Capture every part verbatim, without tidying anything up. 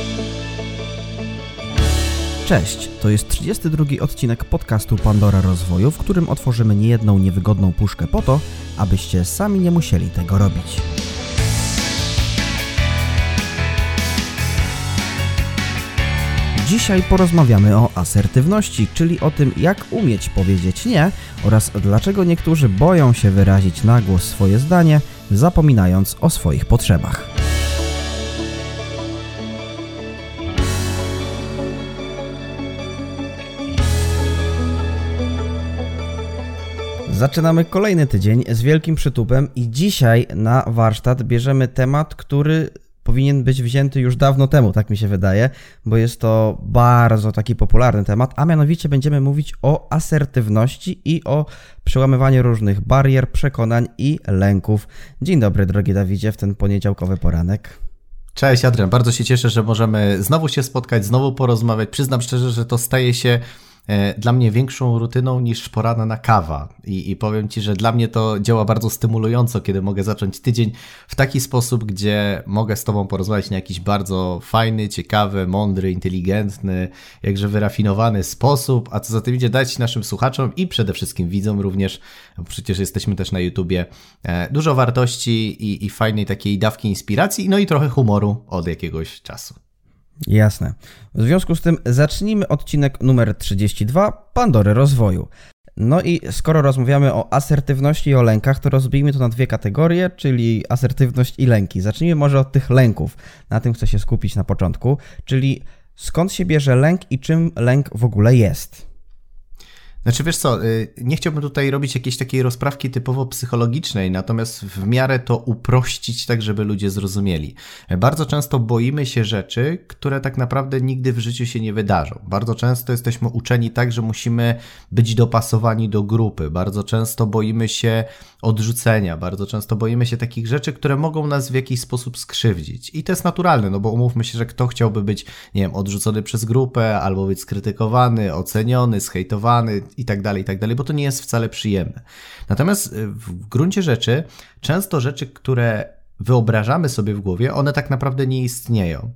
Cześć, to jest trzydziesty drugi odcinek podcastu Pandora Rozwoju, w którym otworzymy niejedną niewygodną puszkę po to, abyście sami nie musieli tego robić. Dzisiaj porozmawiamy o asertywności, czyli o tym, jak umieć powiedzieć nie oraz dlaczego niektórzy boją się wyrazić na głos swoje zdanie, zapominając o swoich potrzebach. Zaczynamy kolejny tydzień z wielkim przytupem i dzisiaj na warsztat bierzemy temat, który powinien być wzięty już dawno temu, tak mi się wydaje, bo jest to bardzo taki popularny temat, a mianowicie będziemy mówić o asertywności i o przełamywaniu różnych barier, przekonań i lęków. Dzień dobry, drogi Dawidzie, w ten poniedziałkowy poranek. Cześć Adrian, bardzo się cieszę, że możemy znowu się spotkać, znowu porozmawiać. Przyznam szczerze, że to staje się dla mnie większą rutyną niż poranna kawa I, i powiem Ci, że dla mnie to działa bardzo stymulująco, kiedy mogę zacząć tydzień w taki sposób, gdzie mogę z Tobą porozmawiać na jakiś bardzo fajny, ciekawy, mądry, inteligentny, jakże wyrafinowany sposób, a co za tym idzie dać naszym słuchaczom i przede wszystkim widzom również, bo przecież jesteśmy też na YouTubie, dużo wartości i, i fajnej takiej dawki inspiracji, no i trochę humoru od jakiegoś czasu. Jasne. W związku z tym zacznijmy odcinek numer trzydzieści dwa Pandory Rozwoju. No i skoro rozmawiamy o asertywności i o lękach, to rozbijmy to na dwie kategorie, czyli asertywność i lęki. Zacznijmy może od tych lęków. Na tym chcę się skupić na początku, czyli skąd się bierze lęk i czym lęk w ogóle jest? Znaczy wiesz co, nie chciałbym tutaj robić jakiejś takiej rozprawki typowo psychologicznej, natomiast w miarę to uprościć tak, żeby ludzie zrozumieli. Bardzo często boimy się rzeczy, które tak naprawdę nigdy w życiu się nie wydarzą. Bardzo często jesteśmy uczeni tak, że musimy być dopasowani do grupy. Bardzo często boimy się odrzucenia, bardzo często boimy się takich rzeczy, które mogą nas w jakiś sposób skrzywdzić. I to jest naturalne, no bo umówmy się, że kto chciałby być, nie wiem, odrzucony przez grupę, albo być skrytykowany, oceniony, zhejtowany i tak dalej, i tak dalej, bo to nie jest wcale przyjemne. Natomiast w gruncie rzeczy często rzeczy, które wyobrażamy sobie w głowie, one tak naprawdę nie istnieją.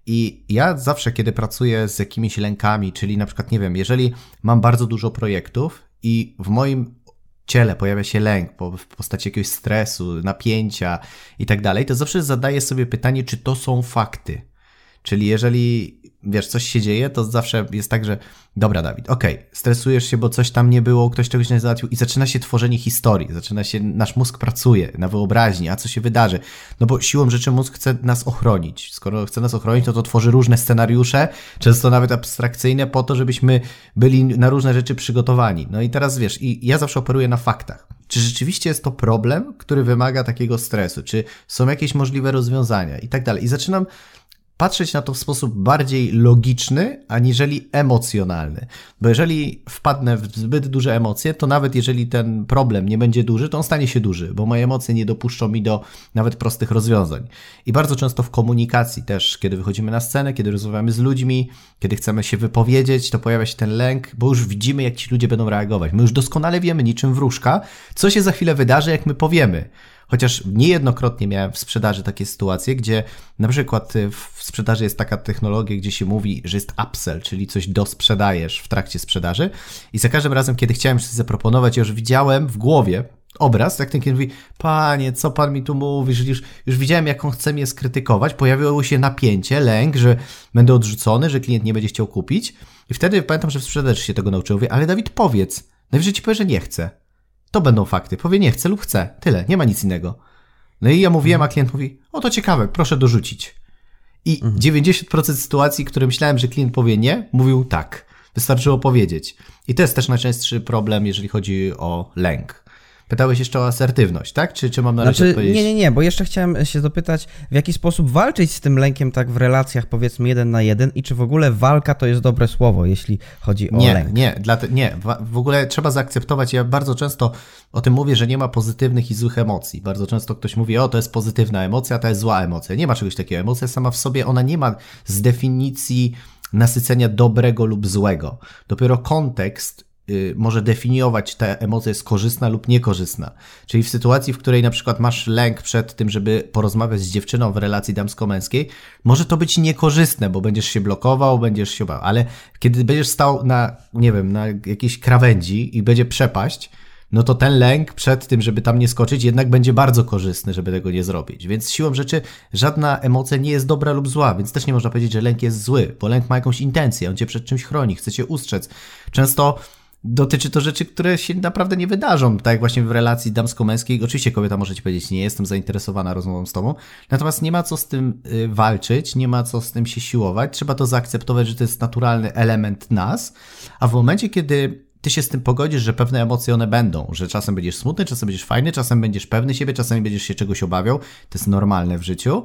I ja zawsze, kiedy pracuję z jakimiś lękami, czyli na przykład, nie wiem, jeżeli mam bardzo dużo projektów i w moim ciele pojawia się lęk w postaci jakiegoś stresu, napięcia i tak dalej, to zawsze zadaję sobie pytanie, czy to są fakty. Czyli jeżeli, wiesz, coś się dzieje, to zawsze jest tak, że dobra Dawid, okej, okay, stresujesz się, bo coś tam nie było, ktoś czegoś nie załatwił i zaczyna się tworzenie historii, zaczyna się, nasz mózg pracuje na wyobraźni, a co się wydarzy? No bo siłą rzeczy mózg chce nas ochronić. Skoro chce nas ochronić, no to tworzy różne scenariusze, często nawet abstrakcyjne, po to, żebyśmy byli na różne rzeczy przygotowani. No i teraz wiesz, i ja zawsze operuję na faktach. Czy rzeczywiście jest to problem, który wymaga takiego stresu? Czy są jakieś możliwe rozwiązania? I tak dalej. I zaczynam patrzeć na to w sposób bardziej logiczny, aniżeli emocjonalny. Bo jeżeli wpadnę w zbyt duże emocje, to nawet jeżeli ten problem nie będzie duży, to on stanie się duży, bo moje emocje nie dopuszczą mi do nawet prostych rozwiązań. I bardzo często w komunikacji też, kiedy wychodzimy na scenę, kiedy rozmawiamy z ludźmi, kiedy chcemy się wypowiedzieć, to pojawia się ten lęk, bo już widzimy, jak ci ludzie będą reagować. My już doskonale wiemy, niczym wróżka, co się za chwilę wydarzy, jak my powiemy. Chociaż niejednokrotnie miałem w sprzedaży takie sytuacje, gdzie na przykład w sprzedaży jest taka technologia, gdzie się mówi, że jest upsell, czyli coś dosprzedajesz w trakcie sprzedaży i za każdym razem, kiedy chciałem coś zaproponować, ja już widziałem w głowie obraz, jak ten klient mówi, panie, co pan mi tu mówisz, już, już widziałem, jak on chce mnie skrytykować, pojawiło się napięcie, lęk, że będę odrzucony, że klient nie będzie chciał kupić i wtedy pamiętam, że w sprzedaży się tego nauczyłem, mówię, ale Dawid, powiedz, najwyżej ci powie, że nie chce. To będą fakty. Powie nie chcę lub chcę. Tyle. Nie ma nic innego. No i ja mówiłem, a klient mówi, o to ciekawe, proszę dorzucić. I mhm. dziewięćdziesiąt procent sytuacji, które myślałem, że klient powie nie, mówił tak. Wystarczyło powiedzieć. I to jest też najczęstszy problem, jeżeli chodzi o lęk. Pytałeś jeszcze o asertywność, tak? Czy, czy mam na razie znaczy, odpowiedzieć? Nie, nie, nie, bo jeszcze chciałem się zapytać, w jaki sposób walczyć z tym lękiem tak w relacjach, powiedzmy jeden na jeden i czy w ogóle walka to jest dobre słowo, jeśli chodzi o nie, lęk? Nie, dla te, nie, w ogóle trzeba zaakceptować, ja bardzo często o tym mówię, że nie ma pozytywnych i złych emocji. Bardzo często ktoś mówi, o to jest pozytywna emocja, to jest zła emocja. Nie ma czegoś takiego. Emocja sama w sobie, ona nie ma z definicji nasycenia dobrego lub złego. Dopiero kontekst może definiować, ta emocja jest korzystna lub niekorzystna. Czyli w sytuacji, w której na przykład masz lęk przed tym, żeby porozmawiać z dziewczyną w relacji damsko-męskiej, może to być niekorzystne, bo będziesz się blokował, będziesz się bał, ale kiedy będziesz stał na, nie wiem, na jakiejś krawędzi i będzie przepaść, no to ten lęk przed tym, żeby tam nie skoczyć, jednak będzie bardzo korzystny, żeby tego nie zrobić. Więc siłą rzeczy żadna emocja nie jest dobra lub zła, więc też nie można powiedzieć, że lęk jest zły, bo lęk ma jakąś intencję, on cię przed czymś chroni, chce cię ustrzec. Często dotyczy to rzeczy, które się naprawdę nie wydarzą, tak jak właśnie w relacji damsko-męskiej. Oczywiście kobieta może ci powiedzieć, nie jestem zainteresowana rozmową z tobą, natomiast nie ma co z tym walczyć, nie ma co z tym się siłować, trzeba to zaakceptować, że to jest naturalny element nas, a w momencie, kiedy ty się z tym pogodzisz, że pewne emocje one będą, że czasem będziesz smutny, czasem będziesz fajny, czasem będziesz pewny siebie, czasem będziesz się czegoś obawiał, to jest normalne w życiu,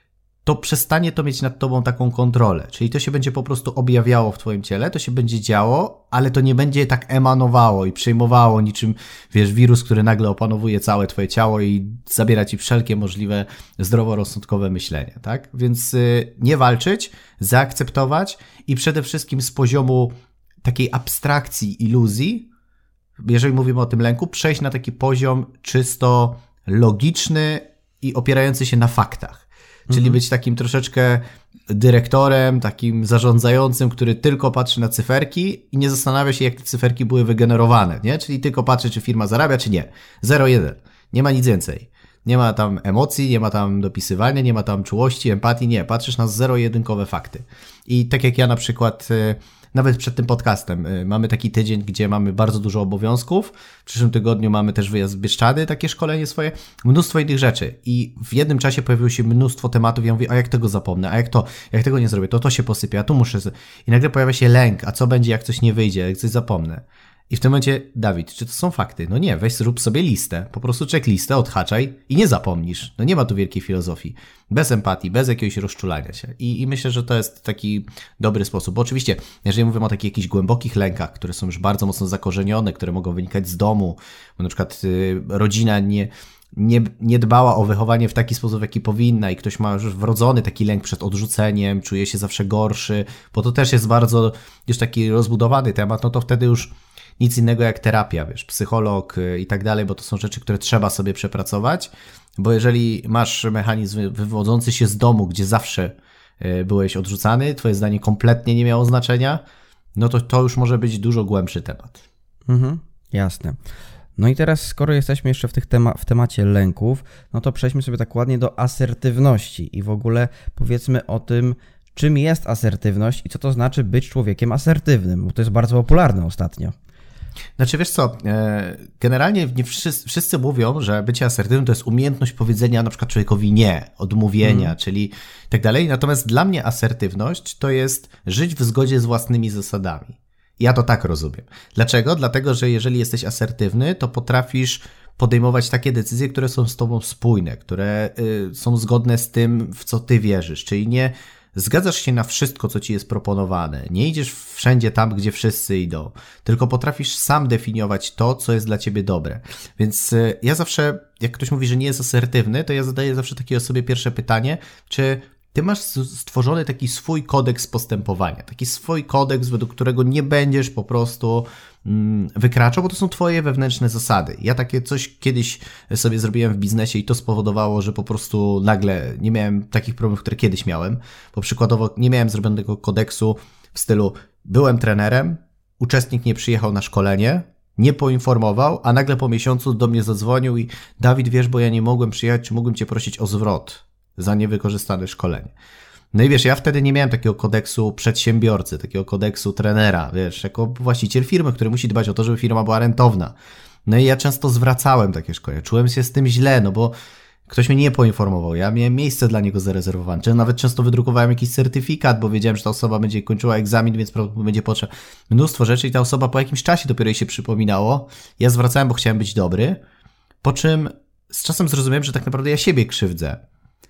to przestanie to mieć nad tobą taką kontrolę. Czyli to się będzie po prostu objawiało w twoim ciele, to się będzie działo, ale to nie będzie tak emanowało i przejmowało niczym, wiesz, wirus, który nagle opanowuje całe twoje ciało i zabiera ci wszelkie możliwe zdroworozsądkowe myślenie, tak? Więc yy, nie walczyć, zaakceptować i przede wszystkim z poziomu takiej abstrakcji, iluzji, jeżeli mówimy o tym lęku, przejść na taki poziom czysto logiczny i opierający się na faktach. Czyli mhm. być takim troszeczkę dyrektorem, takim zarządzającym, który tylko patrzy na cyferki i nie zastanawia się, jak te cyferki były wygenerowane, nie? Czyli tylko patrzy, czy firma zarabia, czy nie. zero jeden. Nie ma nic więcej. Nie ma tam emocji, nie ma tam dopisywania, nie ma tam czułości, empatii, nie. Patrzysz na zero-jedynkowe fakty. I tak jak ja na przykład... Nawet przed tym podcastem mamy taki tydzień, gdzie mamy bardzo dużo obowiązków. W przyszłym tygodniu mamy też wyjazd w Bieszczady, takie szkolenie swoje, mnóstwo innych rzeczy. I w jednym czasie pojawiło się mnóstwo tematów. Ja mówię, a jak tego zapomnę, a jak to, jak tego nie zrobię, to to się posypie, a tu muszę... I nagle pojawia się lęk, a co będzie, jak coś nie wyjdzie, jak coś zapomnę. I w tym momencie, Dawid, czy to są fakty? No nie, weź zrób sobie listę, po prostu checklistę, odhaczaj i nie zapomnisz. No nie ma tu wielkiej filozofii. Bez empatii, bez jakiegoś rozczulania się. I, i myślę, że to jest taki dobry sposób. Bo oczywiście, jeżeli mówimy o takich jakichś głębokich lękach, które są już bardzo mocno zakorzenione, które mogą wynikać z domu, bo na przykład y, rodzina nie... Nie, nie dbała o wychowanie w taki sposób, jaki powinna i ktoś ma już wrodzony taki lęk przed odrzuceniem, czuje się zawsze gorszy, bo to też jest bardzo już taki rozbudowany temat, no to wtedy już nic innego jak terapia, wiesz, psycholog i tak dalej, bo to są rzeczy, które trzeba sobie przepracować, bo jeżeli masz mechanizm wywodzący się z domu, gdzie zawsze byłeś odrzucany, twoje zdanie kompletnie nie miało znaczenia, no to to już może być dużo głębszy temat. Mhm, jasne. No i teraz, skoro jesteśmy jeszcze w, tych tema- w temacie lęków, no to przejdźmy sobie tak ładnie do asertywności i w ogóle powiedzmy o tym, czym jest asertywność i co to znaczy być człowiekiem asertywnym, bo to jest bardzo popularne ostatnio. Znaczy wiesz co, generalnie nie wszyscy, wszyscy mówią, że bycie asertywnym to jest umiejętność powiedzenia na przykład człowiekowi nie, odmówienia, hmm. czyli tak dalej, natomiast dla mnie asertywność to jest żyć w zgodzie z własnymi zasadami. Ja to tak rozumiem. Dlaczego? Dlatego, że jeżeli jesteś asertywny, to potrafisz podejmować takie decyzje, które są z tobą spójne, które y, są zgodne z tym, w co ty wierzysz, czyli nie zgadzasz się na wszystko, co ci jest proponowane, nie idziesz wszędzie tam, gdzie wszyscy idą, tylko potrafisz sam definiować to, co jest dla ciebie dobre. Więc y, ja zawsze, jak ktoś mówi, że nie jest asertywny, to ja zadaję zawsze takiej osobie pierwsze pytanie, czy ty masz stworzony taki swój kodeks postępowania, taki swój kodeks, według którego nie będziesz po prostu mm, wykraczał, bo to są twoje wewnętrzne zasady. Ja takie coś kiedyś sobie zrobiłem w biznesie i to spowodowało, że po prostu nagle nie miałem takich problemów, które kiedyś miałem, bo przykładowo nie miałem zrobionego kodeksu w stylu byłem trenerem, uczestnik nie przyjechał na szkolenie, nie poinformował, a nagle po miesiącu do mnie zadzwonił i Dawid, wiesz, bo ja nie mogłem przyjechać, czy mógłbym cię prosić o zwrot za niewykorzystane szkolenie. No i wiesz, ja wtedy nie miałem takiego kodeksu przedsiębiorcy, takiego kodeksu trenera, wiesz, jako właściciel firmy, który musi dbać o to, żeby firma była rentowna. No i ja często zwracałem takie szkolenia, czułem się z tym źle, no bo ktoś mnie nie poinformował, ja miałem miejsce dla niego zarezerwowane, czy nawet często wydrukowałem jakiś certyfikat, bo wiedziałem, że ta osoba będzie kończyła egzamin, więc będzie potrzeba mnóstwo rzeczy i ta osoba po jakimś czasie dopiero jej się przypominało. Ja zwracałem, bo chciałem być dobry, po czym z czasem zrozumiałem, że tak naprawdę ja siebie krzywdzę.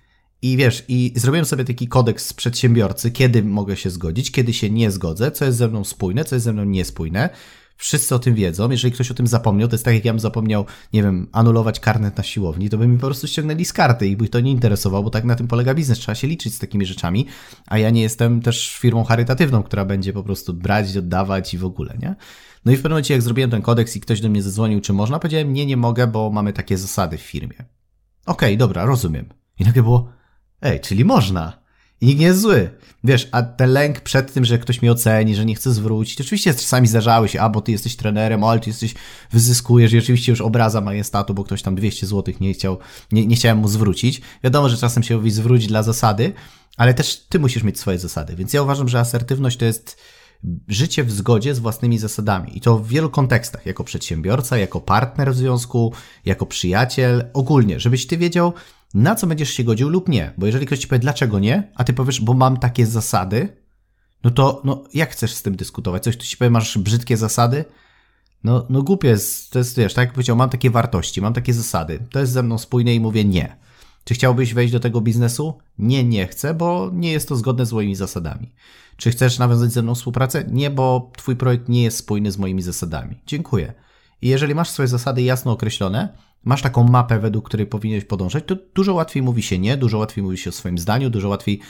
I wiesz, i zrobiłem sobie taki kodeks przedsiębiorcy, kiedy mogę się zgodzić, kiedy się nie zgodzę, co jest ze mną spójne, co jest ze mną niespójne. wszyscy o tym wiedzą, jeżeli ktoś o tym zapomniał, to jest tak jak ja bym zapomniał, nie wiem, anulować karnet na siłowni, to by mi po prostu ściągnęli z karty i by to nie interesowało, bo tak na tym polega biznes, trzeba się liczyć z takimi rzeczami, a ja nie jestem też firmą charytatywną, która będzie po prostu brać, oddawać i w ogóle, nie? No i w pewnym momencie jak zrobiłem ten kodeks i ktoś do mnie zadzwonił, czy można, powiedziałem, nie, nie mogę, bo mamy takie zasady w firmie. Okej, okay, dobra, rozumiem. I nagle było, ej, czyli można. I nikt nie jest zły. Wiesz, a ten lęk przed tym, że ktoś mnie oceni, że nie chce zwrócić, oczywiście czasami zdarzały się, a bo ty jesteś trenerem, ale ty jesteś, wyzyskujesz i oczywiście już obraza majestatu, bo ktoś tam dwieście złotych nie chciał, nie, nie chciałem mu zwrócić. Wiadomo, że czasem się mówi zwróć dla zasady, ale też ty musisz mieć swoje zasady. Więc ja uważam, że asertywność to jest życie w zgodzie z własnymi zasadami. I to w wielu kontekstach. Jako przedsiębiorca, jako partner w związku, jako przyjaciel, ogólnie, żebyś ty wiedział, na co będziesz się godził lub nie. Bo jeżeli ktoś ci powie, dlaczego nie, a ty powiesz, bo mam takie zasady, no to no, jak chcesz z tym dyskutować? Coś tu ci powie, masz brzydkie zasady? No, no głupie jest, to jest, wiesz, tak jak powiedział, mam takie wartości, mam takie zasady, to jest ze mną spójne i mówię nie. Czy chciałbyś wejść do tego biznesu? Nie, nie chcę, bo nie jest to zgodne z moimi zasadami. Czy chcesz nawiązać ze mną współpracę? Nie, bo twój projekt nie jest spójny z moimi zasadami. Dziękuję. I jeżeli masz swoje zasady jasno określone, masz taką mapę, według której powinieneś podążać, to dużo łatwiej mówi się nie, dużo łatwiej mówi się o swoim zdaniu, dużo łatwiej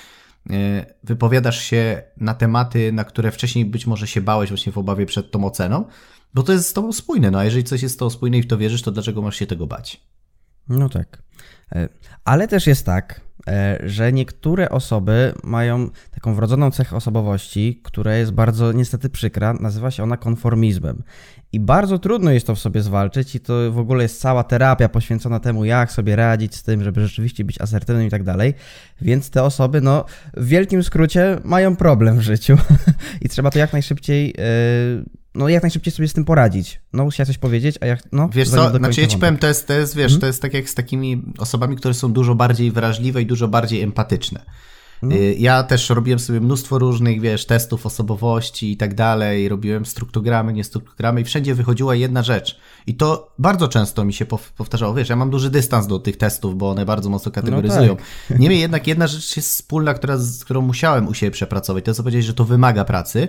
wypowiadasz się na tematy, na które wcześniej być może się bałeś właśnie w obawie przed tą oceną, bo to jest z tobą spójne. No a jeżeli coś jest z tobą spójne i w to wierzysz, to dlaczego masz się tego bać? No tak. Ale też jest tak, że niektóre osoby mają taką wrodzoną cechę osobowości, która jest bardzo niestety przykra, nazywa się ona konformizmem. I bardzo trudno jest to w sobie zwalczyć i to w ogóle jest cała terapia poświęcona temu, jak sobie radzić z tym, żeby rzeczywiście być asertywnym i tak dalej. Więc te osoby, no w wielkim skrócie mają problem w życiu i trzeba to jak najszybciej... Yy, no jak najszybciej sobie z tym poradzić. No chciałem coś powiedzieć, a jak... No, wiesz co, znaczy ja ci powiem, to jest, to jest, wiesz, hmm? to jest tak jak z takimi osobami, które są dużo bardziej wrażliwe i dużo bardziej empatyczne. No. Ja też robiłem sobie mnóstwo różnych, wiesz, testów osobowości i tak dalej, robiłem strukturogramy, nie strukturogramy i wszędzie wychodziła jedna rzecz. I to bardzo często mi się powtarzało, wiesz, ja mam duży dystans do tych testów, bo one bardzo mocno kategoryzują. No tak. Niemniej jednak jedna rzecz jest wspólna, która, z którą musiałem u siebie przepracować, to co powiedziałeś, że to wymaga pracy.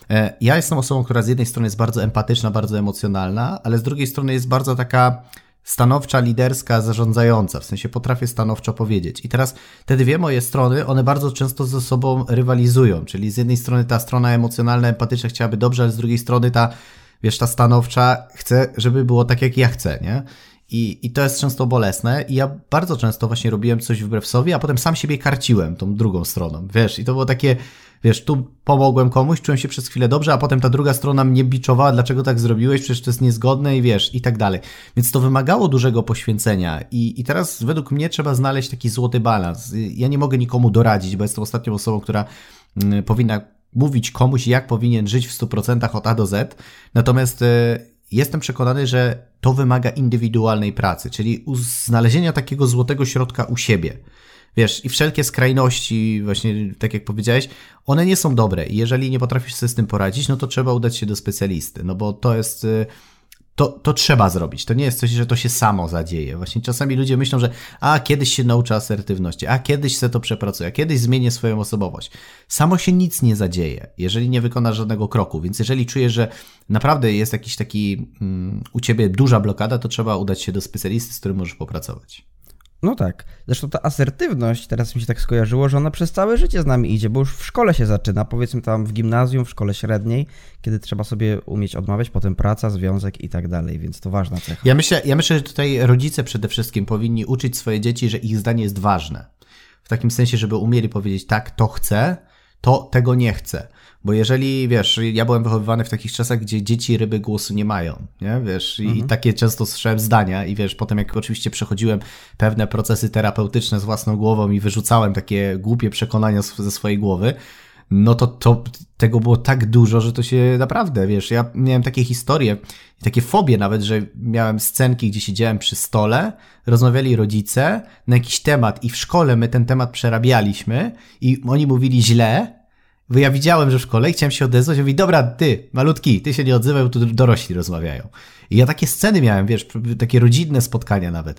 Ja jestem osobą, która z jednej strony jest bardzo empatyczna, bardzo emocjonalna, ale z drugiej strony jest bardzo taka stanowcza, liderska, zarządzająca, w sensie potrafię stanowczo powiedzieć. I teraz te dwie moje strony, one bardzo często ze sobą rywalizują, czyli z jednej strony ta strona emocjonalna, empatyczna chciałaby dobrze, ale z drugiej strony ta, wiesz, ta stanowcza chce, żeby było tak, jak ja chcę, nie? I, I to jest często bolesne i ja bardzo często właśnie robiłem coś wbrew sobie, a potem sam siebie karciłem tą drugą stroną, wiesz, i to było takie, wiesz, tu pomogłem komuś, czułem się przez chwilę dobrze, a potem ta druga strona mnie biczowała, dlaczego tak zrobiłeś, przecież to jest niezgodne i wiesz, i tak dalej. Więc to wymagało dużego poświęcenia i, i teraz według mnie trzeba znaleźć taki złoty balans. Ja nie mogę nikomu doradzić, bo jestem ostatnią osobą, która y, powinna mówić komuś, jak powinien żyć w stu procentach od A do Z, natomiast y, jestem przekonany, że to wymaga indywidualnej pracy, czyli znalezienia takiego złotego środka u siebie. Wiesz, i wszelkie skrajności, właśnie tak jak powiedziałeś, one nie są dobre i jeżeli nie potrafisz sobie z tym poradzić, no to trzeba udać się do specjalisty, no bo to jest, to, to trzeba zrobić, to nie jest coś, że to się samo zadzieje. Właśnie czasami ludzie myślą, że a kiedyś się nauczę asertywności, a kiedyś se to przepracuję, a kiedyś zmienię swoją osobowość. Samo się nic nie zadzieje, jeżeli nie wykonasz żadnego kroku, więc jeżeli czujesz, że naprawdę jest jakiś taki um, u ciebie duża blokada, to trzeba udać się do specjalisty, z którym możesz popracować. No tak. Zresztą ta asertywność, teraz mi się tak skojarzyło, że ona przez całe życie z nami idzie, bo już w szkole się zaczyna, powiedzmy tam w gimnazjum, w szkole średniej, kiedy trzeba sobie umieć odmawiać, potem praca, związek i tak dalej, więc to ważna cecha. Ja myślę, ja myślę, że tutaj rodzice przede wszystkim powinni uczyć swoje dzieci, że ich zdanie jest ważne. W takim sensie, żeby umieli powiedzieć tak, to chcę, to tego nie chcę. Bo jeżeli, wiesz, ja byłem wychowywany w takich czasach, gdzie dzieci ryby głosu nie mają, nie, wiesz, i, mhm. i takie często słyszałem zdania i wiesz, potem jak oczywiście przechodziłem pewne procesy terapeutyczne z własną głową i wyrzucałem takie głupie przekonania ze swojej głowy, no to, to tego było tak dużo, że to się naprawdę, wiesz, ja miałem takie historie i takie fobie nawet, że miałem scenki, gdzie siedziałem przy stole, rozmawiali rodzice na jakiś temat i w szkole my ten temat przerabialiśmy i oni mówili źle, bo ja widziałem, że w szkole i chciałem się odezwać i mówię, dobra, ty, malutki, ty się nie odzywaj, bo tu dorośli rozmawiają. I ja takie sceny miałem, wiesz, takie rodzinne spotkania nawet.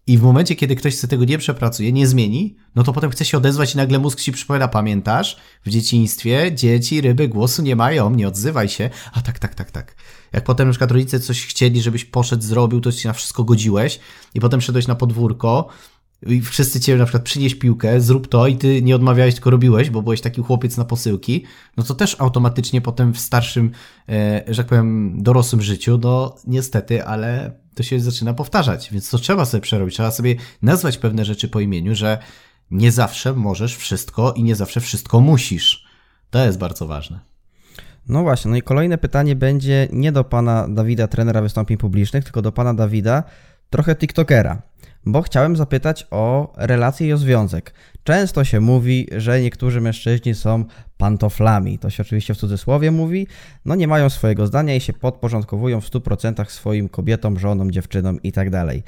I w momencie, kiedy ktoś sobie tego nie przepracuje, nie zmieni, no to potem chce się odezwać i nagle mózg ci przypomina, pamiętasz? W dzieciństwie dzieci, ryby głosu nie mają, nie odzywaj się. A tak, tak, tak, tak. Jak potem na przykład rodzice coś chcieli, żebyś poszedł, zrobił, to ci na wszystko godziłeś i potem szedłeś na podwórko i wszyscy cię na przykład przynieś piłkę, zrób to i ty nie odmawiałeś, tylko robiłeś, bo byłeś taki chłopiec na posyłki, no to też automatycznie potem w starszym, e, że tak powiem, dorosłym życiu, no niestety, ale to się zaczyna powtarzać, więc to trzeba sobie przerobić, trzeba sobie nazwać pewne rzeczy po imieniu, że nie zawsze możesz wszystko i nie zawsze wszystko musisz. To jest bardzo ważne. No właśnie, no i kolejne pytanie będzie nie do pana Dawida, trenera wystąpień publicznych, tylko do pana Dawida, trochę tiktokera, bo chciałem zapytać o relacje i o związek. Często się mówi, że niektórzy mężczyźni są pantoflami. To się oczywiście w cudzysłowie mówi. No nie mają swojego zdania i się podporządkowują w stu procentach swoim kobietom, żonom, dziewczynom i tak dalej.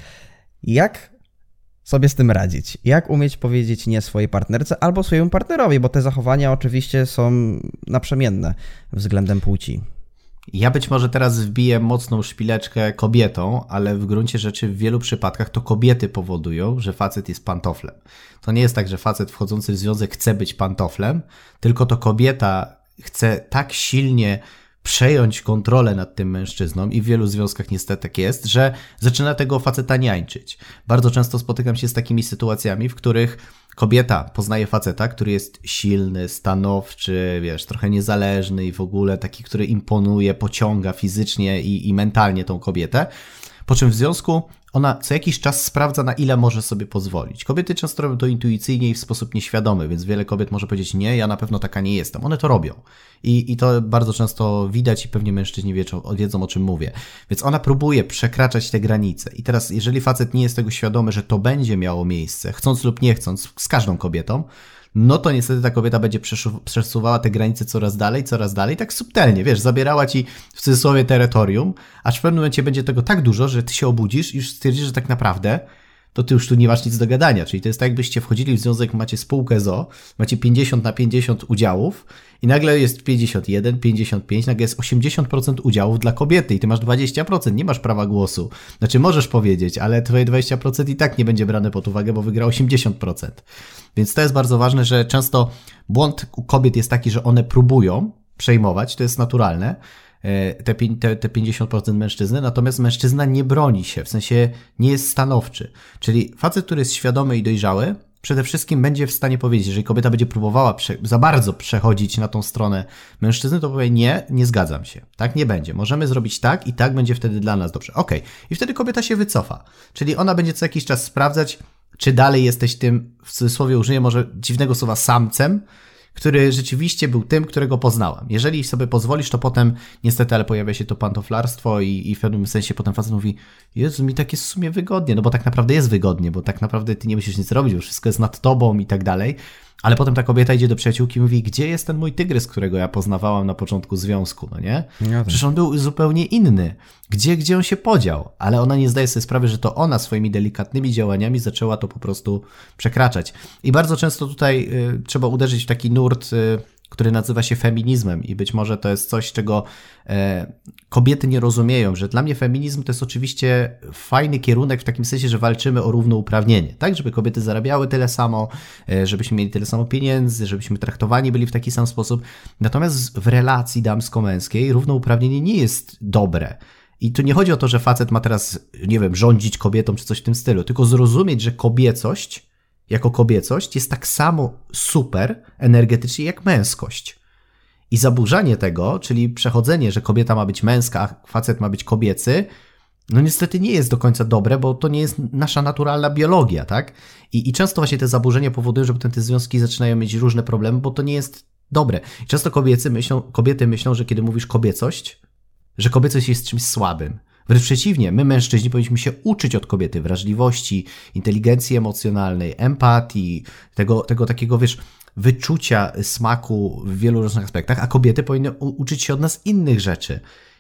Jak sobie z tym radzić? Jak umieć powiedzieć nie swojej partnerce albo swojemu partnerowi? Bo te zachowania oczywiście są naprzemienne względem płci. Ja być może teraz wbiję mocną szpileczkę kobietom, ale w gruncie rzeczy w wielu przypadkach to kobiety powodują, że facet jest pantoflem. To nie jest tak, że facet wchodzący w związek chce być pantoflem, tylko to kobieta chce tak silnie przejąć kontrolę nad tym mężczyzną i w wielu związkach niestety tak jest, że zaczyna tego faceta niańczyć. Bardzo często spotykam się z takimi sytuacjami, w których kobieta poznaje faceta, który jest silny, stanowczy, wiesz, trochę niezależny i w ogóle taki, który imponuje, pociąga fizycznie i, i mentalnie tą kobietę, po czym w związku ona co jakiś czas sprawdza, na ile może sobie pozwolić. Kobiety często robią to intuicyjnie i w sposób nieświadomy, więc wiele kobiet może powiedzieć, nie, ja na pewno taka nie jestem. One to robią. I, i to bardzo często widać i pewnie mężczyźni wiedzą, wiedzą, o czym mówię. Więc ona próbuje przekraczać te granice. I teraz, jeżeli facet nie jest tego świadomy, że to będzie miało miejsce, chcąc lub nie chcąc, z każdą kobietą, no to niestety ta kobieta będzie przesuwała te granice coraz dalej, coraz dalej, tak subtelnie, wiesz, zabierała ci w cudzysłowie terytorium, aż w pewnym momencie będzie tego tak dużo, że ty się obudzisz i już stwierdzisz, że tak naprawdę to ty już tu nie masz nic do gadania, czyli to jest tak, jakbyście wchodzili w związek, macie spółkę z o o, macie pięćdziesiąt na pięćdziesiąt udziałów i nagle jest pięćdziesiąt jeden, pięćdziesiąt pięć, nagle jest osiemdziesiąt procent udziałów dla kobiety i ty masz dwadzieścia procent, nie masz prawa głosu. Znaczy możesz powiedzieć, ale twoje dwadzieścia procent i tak nie będzie brane pod uwagę, bo wygra osiemdziesiąt procent. Więc to jest bardzo ważne, że często błąd u kobiet jest taki, że one próbują przejmować, to jest naturalne, te, te, te pięćdziesiąt procent mężczyzny, natomiast mężczyzna nie broni się, w sensie nie jest stanowczy. Czyli facet, który jest świadomy i dojrzały, przede wszystkim będzie w stanie powiedzieć, jeżeli kobieta będzie próbowała prze, za bardzo przechodzić na tą stronę mężczyzny, to powie nie, nie zgadzam się. Tak nie będzie. Możemy zrobić tak i tak będzie wtedy dla nas dobrze. Okej. Okay. I wtedy kobieta się wycofa. Czyli ona będzie co jakiś czas sprawdzać, czy dalej jesteś tym, w cudzysłowie użyję może dziwnego słowa, samcem, który rzeczywiście był tym, którego poznałam. Jeżeli sobie pozwolisz, to potem niestety, ale pojawia się to pantoflarstwo i, i w pewnym sensie potem facet mówi, Jezu, mi tak jest w sumie wygodnie, no bo tak naprawdę jest wygodnie, bo tak naprawdę ty nie musisz nic robić, bo wszystko jest nad tobą i tak dalej. Ale potem ta kobieta idzie do przyjaciółki i mówi, gdzie jest ten mój tygrys, którego ja poznawałam na początku związku, no nie? Ja Przecież on był zupełnie inny. Gdzie, gdzie on się podział? Ale ona nie zdaje sobie sprawy, że to ona swoimi delikatnymi działaniami zaczęła to po prostu przekraczać. I bardzo często tutaj y, trzeba uderzyć w taki nurt, y, który nazywa się feminizmem i być może to jest coś, czego e, kobiety nie rozumieją, że dla mnie feminizm to jest oczywiście fajny kierunek w takim sensie, że walczymy o równouprawnienie, tak, żeby kobiety zarabiały tyle samo, e, żebyśmy mieli tyle samo pieniędzy, żebyśmy traktowani byli w taki sam sposób, natomiast w relacji damsko-męskiej równouprawnienie nie jest dobre. I tu nie chodzi o to, że facet ma teraz, nie wiem, rządzić kobietą czy coś w tym stylu, tylko zrozumieć, że kobiecość jako kobiecość jest tak samo super energetycznie jak męskość. I zaburzanie tego, czyli przechodzenie, że kobieta ma być męska, a facet ma być kobiecy, no niestety nie jest do końca dobre, bo to nie jest nasza naturalna biologia, tak? I, i często właśnie te zaburzenia powodują, że potem te związki zaczynają mieć różne problemy, bo to nie jest dobre. I często kobiety myślą, kobiety myślą, że kiedy mówisz kobiecość, że kobiecość jest czymś słabym. Wręcz przeciwnie, my mężczyźni powinniśmy się uczyć od kobiety wrażliwości, inteligencji emocjonalnej, empatii, tego, tego takiego, wiesz, wyczucia smaku w wielu różnych aspektach, a kobiety powinny u- uczyć się od nas innych rzeczy.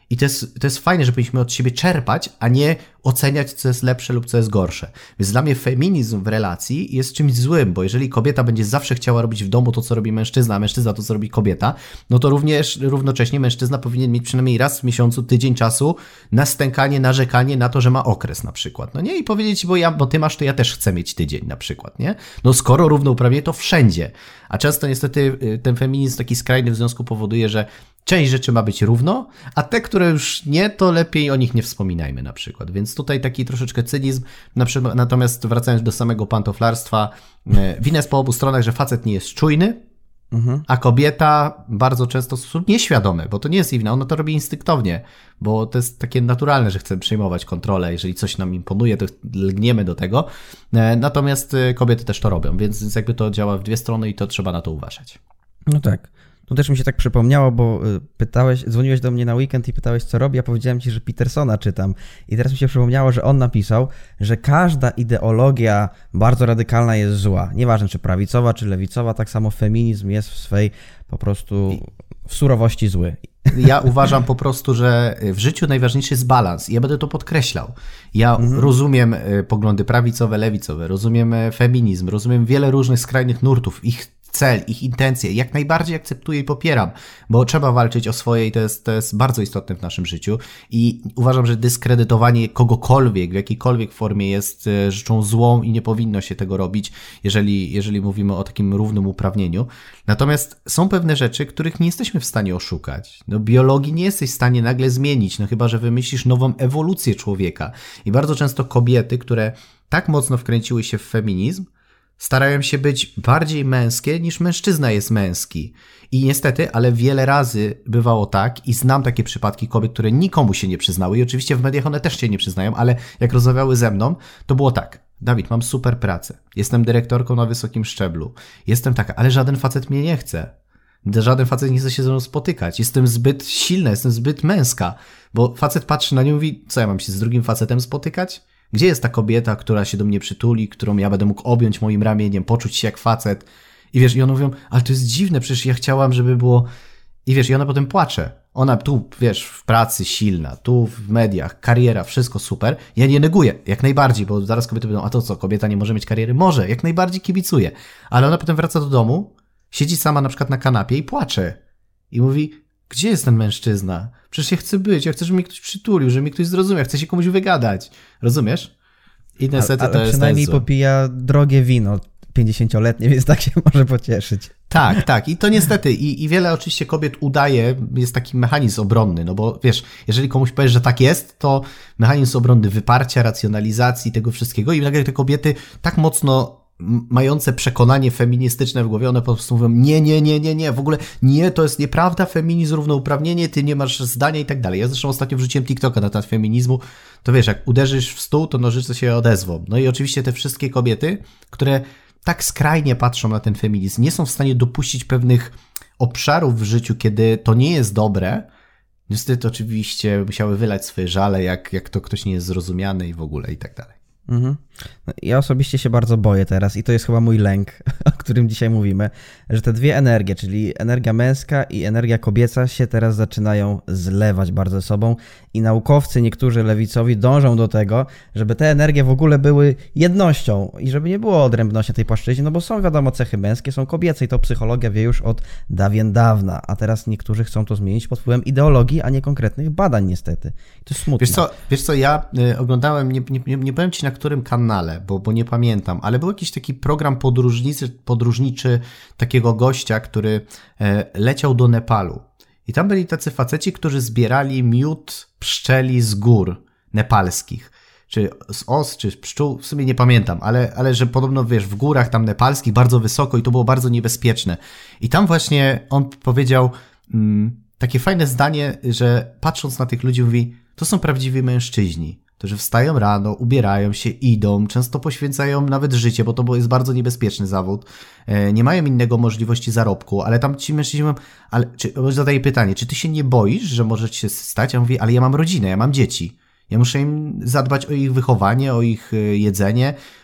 I to jest, to jest fajne, że powinniśmy od siebie czerpać, a nie oceniać, co jest lepsze lub co jest gorsze. Więc dla mnie feminizm w relacji jest czymś złym, bo jeżeli kobieta będzie zawsze chciała robić w domu to, co robi mężczyzna, a mężczyzna to, co robi kobieta, no to również równocześnie mężczyzna powinien mieć przynajmniej raz w miesiącu tydzień czasu na stękanie, narzekanie na to, że ma okres na przykład. No nie? I powiedzieć, bo ja, bo ty masz, to ja też chcę mieć tydzień na przykład, nie? No skoro równouprawnienie, to wszędzie. A często niestety ten feminizm taki skrajny w związku powoduje, że część rzeczy ma być równo, a te, które już nie, to lepiej o nich nie wspominajmy na przykład. Więc tutaj taki troszeczkę cynizm. Na przykład, natomiast wracając do samego pantoflarstwa, winę jest po obu stronach, że facet nie jest czujny, mhm. a kobieta bardzo często w sposób nieświadomy, bo to nie jest jej wina, ona to robi instynktownie, bo to jest takie naturalne, że chcemy przejmować kontrolę, jeżeli coś nam imponuje, to lgniemy do tego. Natomiast kobiety też to robią, więc jakby to działa w dwie strony i to trzeba na to uważać. No tak. Tu też mi się tak przypomniało, bo pytałeś, dzwoniłeś do mnie na weekend i pytałeś, co robię, ja powiedziałem ci, że Petersona czytam. I teraz mi się przypomniało, że on napisał, że każda ideologia bardzo radykalna jest zła. Nieważne, czy prawicowa, czy lewicowa, tak samo feminizm jest w swej po prostu w surowości zły. Ja uważam po prostu, że w życiu najważniejszy jest balans i ja będę to podkreślał. Ja mhm. rozumiem poglądy prawicowe, lewicowe, rozumiem feminizm, rozumiem wiele różnych skrajnych nurtów, ich cel, ich intencje, jak najbardziej akceptuję i popieram, bo trzeba walczyć o swoje i to jest, to jest bardzo istotne w naszym życiu i uważam, że dyskredytowanie kogokolwiek w jakiejkolwiek formie jest rzeczą złą i nie powinno się tego robić, jeżeli, jeżeli mówimy o takim równym uprawnieniu. Natomiast są pewne rzeczy, których nie jesteśmy w stanie oszukać. No, biologii nie jesteś w stanie nagle zmienić, no chyba że wymyślisz nową ewolucję człowieka. I bardzo często kobiety, które tak mocno wkręciły się w feminizm, starają się być bardziej męskie niż mężczyzna jest męski. I niestety, ale wiele razy bywało tak i znam takie przypadki kobiet, które nikomu się nie przyznały i oczywiście w mediach one też się nie przyznają, ale jak rozmawiały ze mną, to było tak. Dawid, mam super pracę. Jestem dyrektorką na wysokim szczeblu. Jestem taka, ale żaden facet mnie nie chce. Żaden facet nie chce się ze mną spotykać. Jestem zbyt silna, jestem zbyt męska. Bo facet patrzy na nią i mówi, co ja mam się z drugim facetem spotykać? Gdzie jest ta kobieta, która się do mnie przytuli, którą ja będę mógł objąć moim ramieniem, poczuć się jak facet? I wiesz, i one mówią, ale to jest dziwne, przecież ja chciałam, żeby było... I wiesz, i ona potem płacze. Ona tu, wiesz, w pracy silna, tu w mediach, kariera, wszystko super. Ja nie neguję, jak najbardziej, bo zaraz kobiety będą, a to co, kobieta nie może mieć kariery? Może, jak najbardziej kibicuję. Ale ona potem wraca do domu, siedzi sama na przykład na kanapie i płacze. I mówi, gdzie jest ten mężczyzna? Przecież ja chcę być, ja chcę, żeby mnie ktoś przytulił, żeby mnie ktoś zrozumiał, chcę się komuś wygadać. Rozumiesz? I niestety ale, ale to jest przynajmniej popija drogie wino pięćdziesięcioletnie, więc tak się może pocieszyć. Tak, tak. I to niestety. I, I wiele oczywiście kobiet udaje, jest taki mechanizm obronny, no bo wiesz, jeżeli komuś powiesz, że tak jest, to mechanizm obronny wyparcia, racjonalizacji tego wszystkiego i nagle te kobiety tak mocno mające przekonanie feministyczne w głowie, one po prostu mówią, nie, nie, nie, nie, nie, w ogóle nie, to jest nieprawda, feminizm, równouprawnienie, ty nie masz zdania i tak dalej. Ja zresztą ostatnio wrzuciłem TikToka na temat feminizmu, to wiesz, jak uderzysz w stół, to nożyce się odezwą. No i oczywiście te wszystkie kobiety, które tak skrajnie patrzą na ten feminizm, nie są w stanie dopuścić pewnych obszarów w życiu, kiedy to nie jest dobre, niestety oczywiście musiały wylać swoje żale, jak, jak to ktoś nie jest zrozumiany i w ogóle i tak dalej. Mhm. Ja osobiście się bardzo boję teraz i to jest chyba mój lęk, o którym dzisiaj mówimy, że te dwie energie, czyli energia męska i energia kobieca się teraz zaczynają zlewać bardzo ze sobą i naukowcy, niektórzy lewicowi dążą do tego, żeby te energie w ogóle były jednością i żeby nie było odrębności na tej płaszczyźnie, no bo są wiadomo cechy męskie, są kobiece i to psychologia wie już od dawien dawna, a teraz niektórzy chcą to zmienić pod wpływem ideologii, a nie konkretnych badań niestety. I to jest smutne. Wiesz co, wiesz co ja y, oglądałem, nie, nie, nie powiem ci na którym kanale, bo, bo nie pamiętam, ale był jakiś taki program podróżniczy, podróżniczy takiego gościa, który e, leciał do Nepalu. I tam byli tacy faceci, którzy zbierali miód pszczeli z gór nepalskich. Czy z os, czy z pszczół, w sumie nie pamiętam, ale, ale że podobno, wiesz, w górach tam nepalskich bardzo wysoko i to było bardzo niebezpieczne. I tam właśnie on powiedział mm, takie fajne zdanie, że patrząc na tych ludzi mówi, to są prawdziwi mężczyźni. To, że wstają rano, ubierają się, idą, często poświęcają nawet życie, bo to jest bardzo niebezpieczny zawód. Nie mają innego możliwości zarobku, ale tam ci mężczyźni mówią, ale czy, zadaję pytanie, czy ty się nie boisz, że może ci się stać? Ja mówię, ale ja mam rodzinę, ja mam dzieci. Ja muszę im zadbać o ich wychowanie, o ich jedzenie,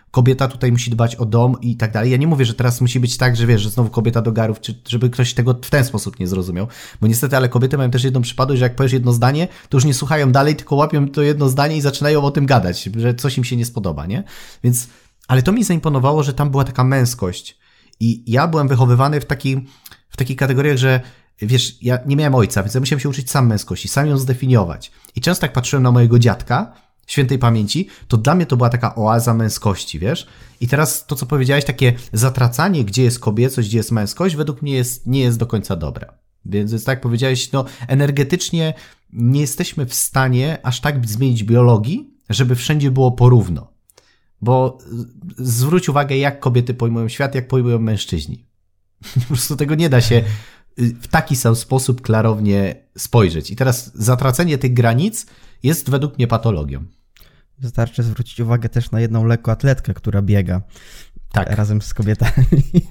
kobieta tutaj musi dbać o dom i tak dalej. Ja nie mówię, że teraz musi być tak, że wiesz, że znowu kobieta do garów, czy żeby ktoś tego w ten sposób nie zrozumiał, bo niestety, ale kobiety mają też jedną przypadłość, że jak powiesz jedno zdanie, to już nie słuchają dalej, tylko łapią to jedno zdanie i zaczynają o tym gadać, że coś im się nie spodoba, nie? Więc, ale to mi zaimponowało, że tam była taka męskość i ja byłem wychowywany w, taki, w takich kategoriach, że wiesz, ja nie miałem ojca, więc ja musiałem się uczyć sam męskości, sam ją zdefiniować. I często jak patrzyłem na mojego dziadka, świętej pamięci, to dla mnie to była taka oaza męskości, wiesz? I teraz to, co powiedziałeś, takie zatracanie, gdzie jest kobiecość, gdzie jest męskość, według mnie jest, nie jest do końca dobre. Więc tak jak powiedziałeś, no energetycznie nie jesteśmy w stanie aż tak zmienić biologii, żeby wszędzie było porówno. Bo zwróć uwagę, jak kobiety pojmują świat, jak pojmują mężczyźni. Po prostu tego nie da się w taki sam sposób klarownie spojrzeć. I teraz zatracenie tych granic jest według mnie patologią. Wystarczy zwrócić uwagę też na jedną lekkoatletkę, która biega tak. razem z kobietami.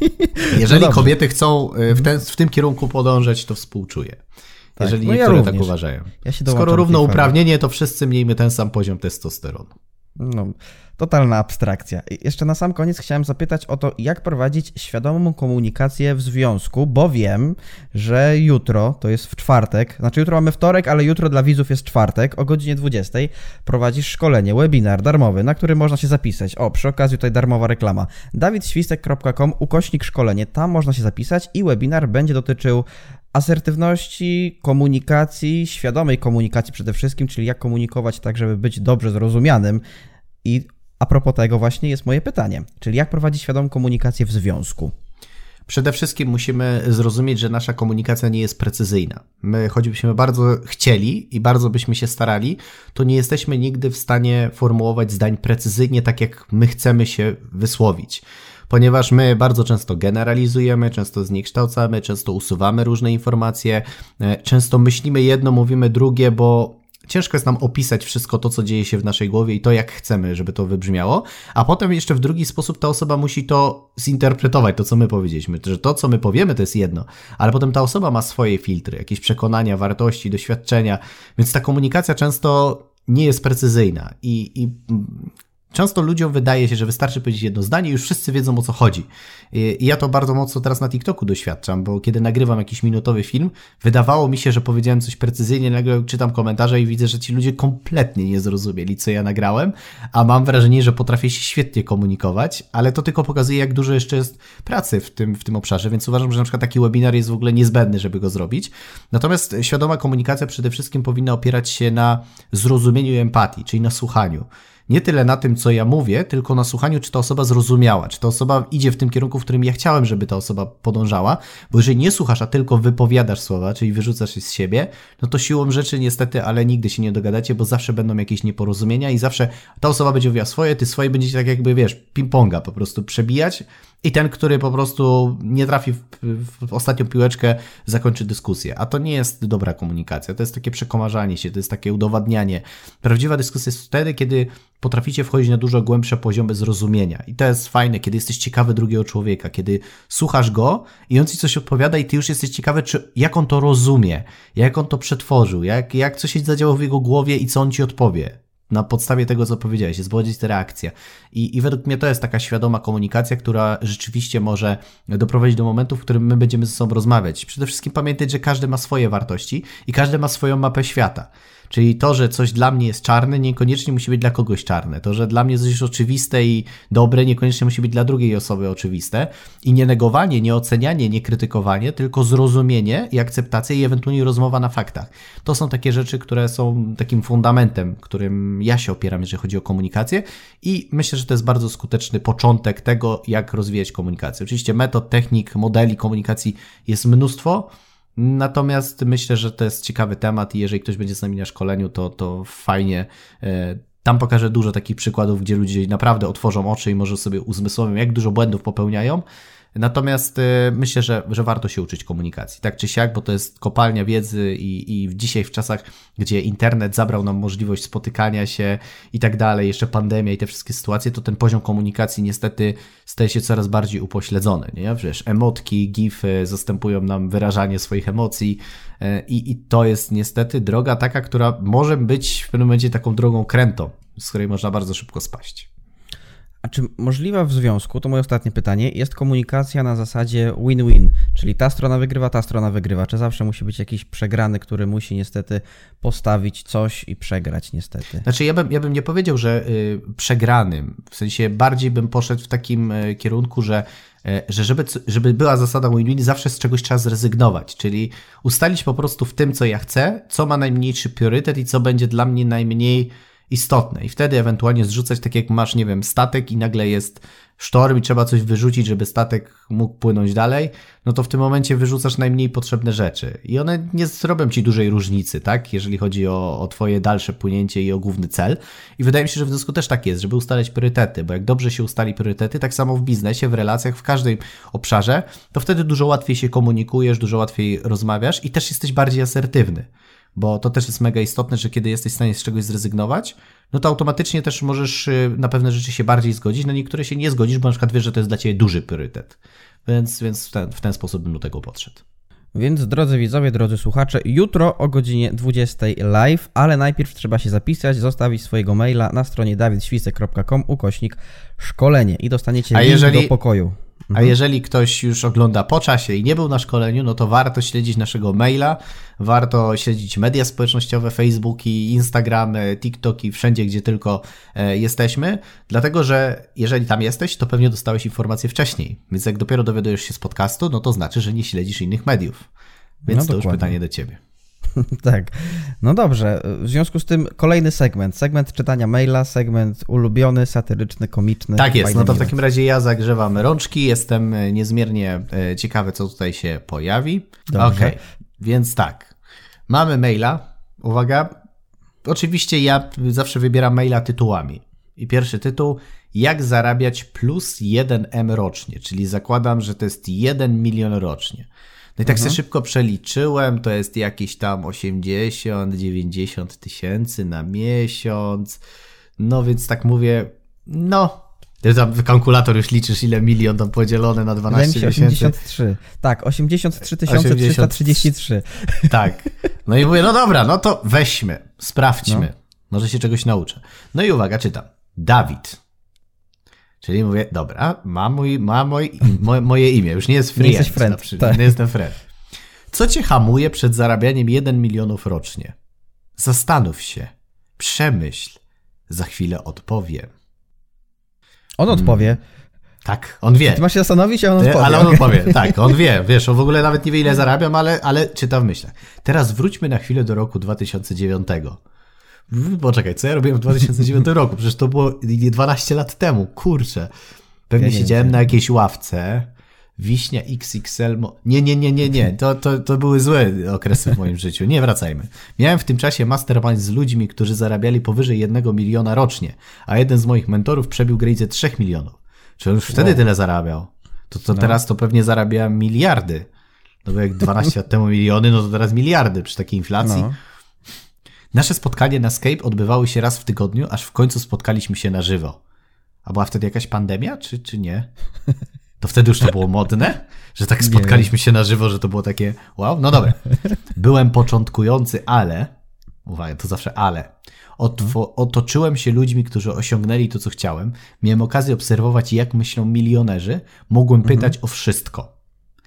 Jeżeli no kobiety chcą w, ten, w tym kierunku podążać, to współczuję. Tak. Jeżeli no niektóre ja tak uważają. Ja Skoro równouprawnienie, to wszyscy miejmy ten sam poziom testosteronu. No, totalna abstrakcja. Jeszcze na sam koniec chciałem zapytać o to, jak prowadzić świadomą komunikację w związku, bo wiem, że jutro, to jest w czwartek, znaczy jutro mamy wtorek, ale jutro dla widzów jest czwartek, o godzinie dwudziestej prowadzisz szkolenie, webinar darmowy, na który można się zapisać. O, przy okazji tutaj darmowa reklama. dawid świstek kropka com ukośnik szkolenie, tam można się zapisać i webinar będzie dotyczył asertywności, komunikacji, świadomej komunikacji przede wszystkim, czyli jak komunikować tak, żeby być dobrze zrozumianym. I a propos tego właśnie jest moje pytanie, czyli jak prowadzić świadomą komunikację w związku? Przede wszystkim musimy zrozumieć, że nasza komunikacja nie jest precyzyjna. My, choćbyśmy bardzo chcieli i bardzo byśmy się starali, to nie jesteśmy nigdy w stanie formułować zdań precyzyjnie, tak jak my chcemy się wysłowić. Ponieważ my bardzo często generalizujemy, często zniekształcamy, często usuwamy różne informacje, często myślimy jedno, mówimy drugie, bo ciężko jest nam opisać wszystko to, co dzieje się w naszej głowie i to, jak chcemy, żeby to wybrzmiało, a potem jeszcze w drugi sposób ta osoba musi to zinterpretować, to, co my powiedzieliśmy, że to, co my powiemy, to jest jedno, ale potem ta osoba ma swoje filtry, jakieś przekonania, wartości, doświadczenia, więc ta komunikacja często nie jest precyzyjna i, i często ludziom wydaje się, że wystarczy powiedzieć jedno zdanie i już wszyscy wiedzą, o co chodzi. I ja to bardzo mocno teraz na TikToku doświadczam, bo kiedy nagrywam jakiś minutowy film, wydawało mi się, że powiedziałem coś precyzyjnie, nagle czytam komentarze i widzę, że ci ludzie kompletnie nie zrozumieli, co ja nagrałem, a mam wrażenie, że potrafię się świetnie komunikować, ale to tylko pokazuje, jak dużo jeszcze jest pracy w tym, w tym obszarze, więc uważam, że na przykład taki webinar jest w ogóle niezbędny, żeby go zrobić. Natomiast świadoma komunikacja przede wszystkim powinna opierać się na zrozumieniu i empatii, czyli na słuchaniu. Nie tyle na tym, co ja mówię, tylko na słuchaniu, czy ta osoba zrozumiała, czy ta osoba idzie w tym kierunku, w którym ja chciałem, żeby ta osoba podążała, bo jeżeli nie słuchasz, a tylko wypowiadasz słowa, czyli wyrzucasz je z siebie, no to siłą rzeczy niestety, ale nigdy się nie dogadacie, bo zawsze będą jakieś nieporozumienia i zawsze ta osoba będzie mówiła swoje, ty swoje, będziecie tak jakby, wiesz, ping-ponga po prostu przebijać i ten, który po prostu nie trafi w, w ostatnią piłeczkę, zakończy dyskusję. A to nie jest dobra komunikacja, to jest takie przekomarzanie się, to jest takie udowadnianie. Prawdziwa dyskusja jest wtedy, kiedy potraficie wchodzić na dużo głębsze poziomy zrozumienia. I to jest fajne, kiedy jesteś ciekawy drugiego człowieka, kiedy słuchasz go i on ci coś odpowiada i ty już jesteś ciekawy, czy, jak on to rozumie, jak on to przetworzył, jak, jak coś się zadziało w jego głowie i co on ci odpowie. Na podstawie tego, co powiedziałeś, jest zwodzić te reakcje. I, I według mnie to jest taka świadoma komunikacja, która rzeczywiście może doprowadzić do momentu, w którym my będziemy ze sobą rozmawiać. Przede wszystkim pamiętać, że każdy ma swoje wartości i każdy ma swoją mapę świata. Czyli to, że coś dla mnie jest czarne, niekoniecznie musi być dla kogoś czarne. To, że dla mnie coś jest oczywiste i dobre, niekoniecznie musi być dla drugiej osoby oczywiste. I nie negowanie, nie ocenianie, nie krytykowanie, tylko zrozumienie i akceptacja i ewentualnie rozmowa na faktach. To są takie rzeczy, które są takim fundamentem, którym ja się opieram, jeżeli chodzi o komunikację i myślę, że to jest bardzo skuteczny początek tego, jak rozwijać komunikację. Oczywiście metod, technik, modeli komunikacji jest mnóstwo, natomiast myślę, że to jest ciekawy temat i jeżeli ktoś będzie z nami na szkoleniu, to, to fajnie. Tam pokażę dużo takich przykładów, gdzie ludzie naprawdę otworzą oczy i może sobie uzmysłowią, jak dużo błędów popełniają. Natomiast myślę, że, że warto się uczyć komunikacji, tak czy siak, bo to jest kopalnia wiedzy i, i dzisiaj w czasach, gdzie internet zabrał nam możliwość spotykania się i tak dalej, jeszcze pandemia i te wszystkie sytuacje, to ten poziom komunikacji niestety staje się coraz bardziej upośledzony, nie? Wiesz, emotki, gify zastępują nam wyrażanie swoich emocji i, i to jest niestety droga taka, która może być w pewnym momencie taką drogą krętą, z której można bardzo szybko spaść. A czy możliwa w związku, to moje ostatnie pytanie, jest komunikacja na zasadzie win-win, czyli ta strona wygrywa, ta strona wygrywa? Czy zawsze musi być jakiś przegrany, który musi niestety postawić coś i przegrać niestety? Znaczy ja bym, ja bym nie powiedział, że y, przegranym, w sensie bardziej bym poszedł w takim y, kierunku, że, y, że żeby, żeby była zasada win-win, zawsze z czegoś trzeba zrezygnować, czyli ustalić po prostu w tym, co ja chcę, co ma najmniejszy priorytet i co będzie dla mnie najmniej istotne i wtedy ewentualnie zrzucać, tak jak masz, nie wiem, statek i nagle jest sztorm i trzeba coś wyrzucić, żeby statek mógł płynąć dalej, no to w tym momencie wyrzucasz najmniej potrzebne rzeczy i one nie zrobią ci dużej różnicy, tak, jeżeli chodzi o, o twoje dalsze płynięcie i o główny cel i wydaje mi się, że w związku też tak jest, żeby ustalać priorytety, bo jak dobrze się ustali priorytety, tak samo w biznesie, w relacjach, w każdym obszarze, to wtedy dużo łatwiej się komunikujesz, dużo łatwiej rozmawiasz i też jesteś bardziej asertywny. Bo to też jest mega istotne, że kiedy jesteś w stanie z czegoś zrezygnować, no to automatycznie też możesz na pewne rzeczy się bardziej zgodzić, na niektóre się nie zgodzisz, bo na przykład wiesz, że to jest dla ciebie duży priorytet. Więc, więc w, ten, w ten sposób bym do tego podszedł. Więc drodzy widzowie, drodzy słuchacze, jutro o godzinie dwudziestej live, ale najpierw trzeba się zapisać, zostawić swojego maila na stronie dawidświsek kropka com ukośnik szkolenie i dostaniecie A link jeżeli... do pokoju. A jeżeli ktoś już ogląda po czasie i nie był na szkoleniu, no to warto śledzić naszego maila, warto śledzić media społecznościowe, Facebooki, Instagramy, TikToki, wszędzie, gdzie tylko e, jesteśmy, dlatego że jeżeli tam jesteś, to pewnie dostałeś informacje wcześniej, więc jak dopiero dowiadujesz się z podcastu, no to znaczy, że nie śledzisz innych mediów. Więc no to dokładnie. Już pytanie do ciebie. Tak, no dobrze, w związku z tym kolejny segment, segment czytania maila, segment ulubiony, satyryczny, komiczny. Tak jest, no to w takim razie ja zagrzewam rączki, jestem niezmiernie ciekawy, co tutaj się pojawi. Okej, okay. Więc tak, mamy maila, uwaga, oczywiście ja zawsze wybieram maila tytułami i pierwszy tytuł, jak zarabiać plus jeden M rocznie, czyli zakładam, że to jest jeden milion rocznie. No i tak mhm. sobie szybko przeliczyłem, to jest jakieś tam osiemdziesiąt dziewięćdziesiąt tysięcy na miesiąc, no więc tak mówię, no, ty tam kalkulator już liczysz, ile milion tam podzielone na dwanaście miesięcy. osiemdziesiąt trzy, tak, osiemdziesiąt trzy tysiące trzysta trzydzieści trzy. Tak, no i mówię, no dobra, no to weźmy, sprawdźmy, no. Może się czegoś nauczę. No i uwaga, czytam, Dawid. Czyli mówię, dobra, ma, mój, ma mój, moje, moje imię, już nie jest friend. Nie jesteś friend, tak. Nie jestem friend. Co cię hamuje przed zarabianiem jeden milionów rocznie? Zastanów się, przemyśl, za chwilę odpowiem. On odpowie. Hmm. Tak, on wie. Ty masz się zastanowić, a on odpowie. Ale on odpowie, tak, on wie, wiesz, on w ogóle nawet nie wie, ile zarabiam, ale, ale czyta w myślach. Teraz wróćmy na chwilę do roku dwa tysiące dziewiątego. Poczekaj, co ja robiłem w dwa tysiące dziewiątym roku? Przecież to było dwanaście lat temu, kurczę. Pewnie ja siedziałem wiem. na jakiejś ławce, Wiśnia X X L... Mo... Nie, nie, nie, nie, nie, to, to, to były złe okresy w moim życiu, nie wracajmy. Miałem w tym czasie mastermind z ludźmi, którzy zarabiali powyżej jednego miliona rocznie, a jeden z moich mentorów przebił granicę trzech milionów. Czy on już wtedy wow. tyle zarabiał? To, to no. teraz to pewnie zarabiałem miliardy. No bo jak dwanaście lat temu miliony, no to teraz miliardy przy takiej inflacji. No. Nasze spotkania na Skype odbywały się raz w tygodniu, aż w końcu spotkaliśmy się na żywo. A była wtedy jakaś pandemia, czy, czy nie? To wtedy już to było modne? Że tak spotkaliśmy się na żywo, że to było takie wow? No dobra. Byłem początkujący, ale, uwaga, to zawsze ale, Otwo- otoczyłem się ludźmi, którzy osiągnęli to, co chciałem. Miałem okazję obserwować, jak myślą milionerzy. Mogłem pytać mhm. o wszystko.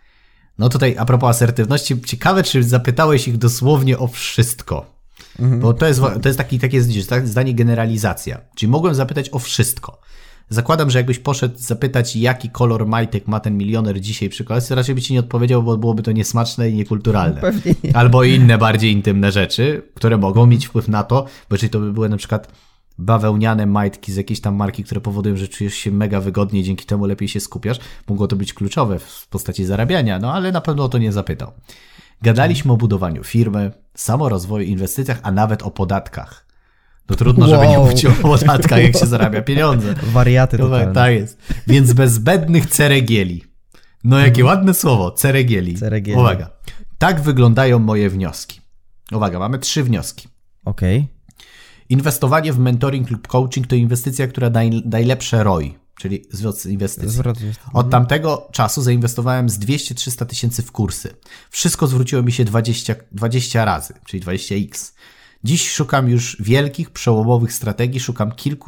No tutaj a propos asertywności, ciekawe, czy zapytałeś ich dosłownie o wszystko. Mhm. Bo to jest, to jest taki, takie zdanie generalizacja. Czyli mogłem zapytać o wszystko. Zakładam, że jakbyś poszedł zapytać, jaki kolor majtek ma ten milioner dzisiaj przy kolacji, raczej by ci nie odpowiedział, bo byłoby to niesmaczne i niekulturalne. Pewnie nie. Albo inne bardziej intymne rzeczy, które mogą mieć wpływ na to, bo jeżeli to by były na przykład bawełniane majtki z jakiejś tam marki, które powodują, że czujesz się mega wygodnie, dzięki temu lepiej się skupiasz, mogło to być kluczowe w postaci zarabiania, no ale na pewno o to nie zapytał. Gadaliśmy o budowaniu firmy, samorozwoju, inwestycjach, a nawet o podatkach. No trudno, wow. żeby nie mówić o podatkach, jak się zarabia pieniądze. Wariaty totalne. Tak jest. Więc bez zbędnych ceregieli. No jakie hmm. ładne słowo, ceregieli. ceregieli. Uwaga. Tak wyglądają moje wnioski. Uwaga, mamy trzy wnioski. Okej. Okay. Inwestowanie w mentoring lub coaching to inwestycja, która da najlepsze R O I, czyli zwrot inwestycji. Zwrot Od tamtego czasu zainwestowałem z dwieście do trzystu tysięcy w kursy. Wszystko zwróciło mi się dwadzieścia, dwadzieścia razy, czyli dwadzieścia x. Dziś szukam już wielkich, przełomowych strategii, szukam kilku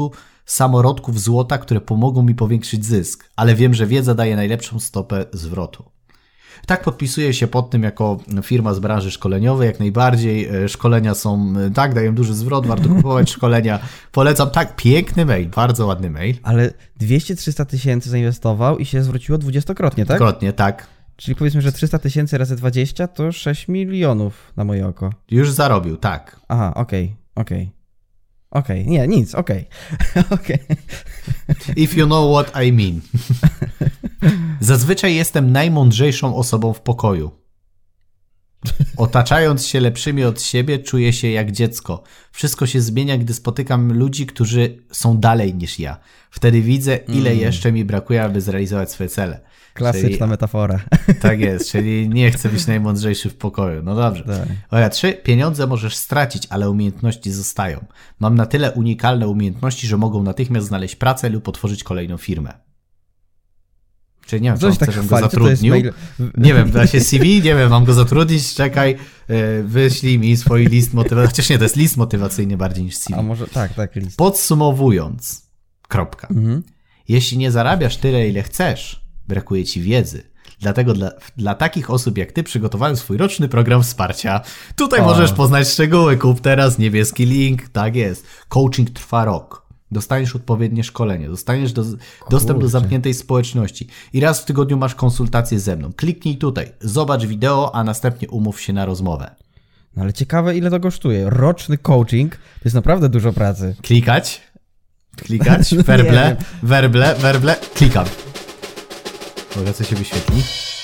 samorodków złota, które pomogą mi powiększyć zysk, ale wiem, że wiedza daje najlepszą stopę zwrotu. Tak podpisuję się pod tym jako firma z branży szkoleniowej, jak najbardziej. Szkolenia są, tak, dają duży zwrot, warto kupować szkolenia. Polecam, tak, piękny mail, bardzo ładny mail. Ale dwieście trzysta tysięcy zainwestował i się zwróciło dwudziestokrotnie, tak? Dwudziestokrotnie, tak. Czyli powiedzmy, że trzysta tysięcy razy dwadzieścia to sześć milionów na moje oko. Już zarobił, tak. Aha, okej, okay, okej. Okay. Okej, okay. Nie, nic, okej. Okay. Okay. If you know what I mean. Zazwyczaj jestem najmądrzejszą osobą w pokoju. Otaczając się lepszymi od siebie, czuję się jak dziecko. Wszystko się zmienia, gdy spotykam ludzi, którzy są dalej niż ja. Wtedy widzę, ile mm. jeszcze mi brakuje, aby zrealizować swoje cele. Klasyczna czyli, metafora. Tak jest, czyli nie chcę być najmądrzejszy w pokoju. No dobrze. Tak. Uwaga, trzy. Pieniądze możesz stracić, ale umiejętności zostają. Mam na tyle unikalne umiejętności, że mogą natychmiast znaleźć pracę lub otworzyć kolejną firmę. Czyli nie wiem, czy on chce, żebym go zatrudnił. Nie wiem, da się C V, nie wiem, mam go zatrudnić, czekaj, yy, wyślij mi swój list motywacyjny. Chociaż nie, to jest list motywacyjny bardziej niż C V. A może, tak, tak, list. Podsumowując, kropka. Mhm. Jeśli nie zarabiasz tyle, ile chcesz, brakuje ci wiedzy. Dlatego dla, dla takich osób jak ty przygotowałem swój roczny program wsparcia. Tutaj o. możesz poznać szczegóły. Kup teraz, niebieski link. Tak jest. Coaching trwa rok. Dostaniesz odpowiednie szkolenie, dostaniesz do, dostęp do zamkniętej społeczności i raz w tygodniu masz konsultację ze mną. Kliknij tutaj, zobacz wideo, a następnie umów się na rozmowę. No ale ciekawe, ile to kosztuje. Roczny coaching to jest naprawdę dużo pracy. Klikać, klikać, werble, werble, werble, klikam. Uwaga, co się wyświetli?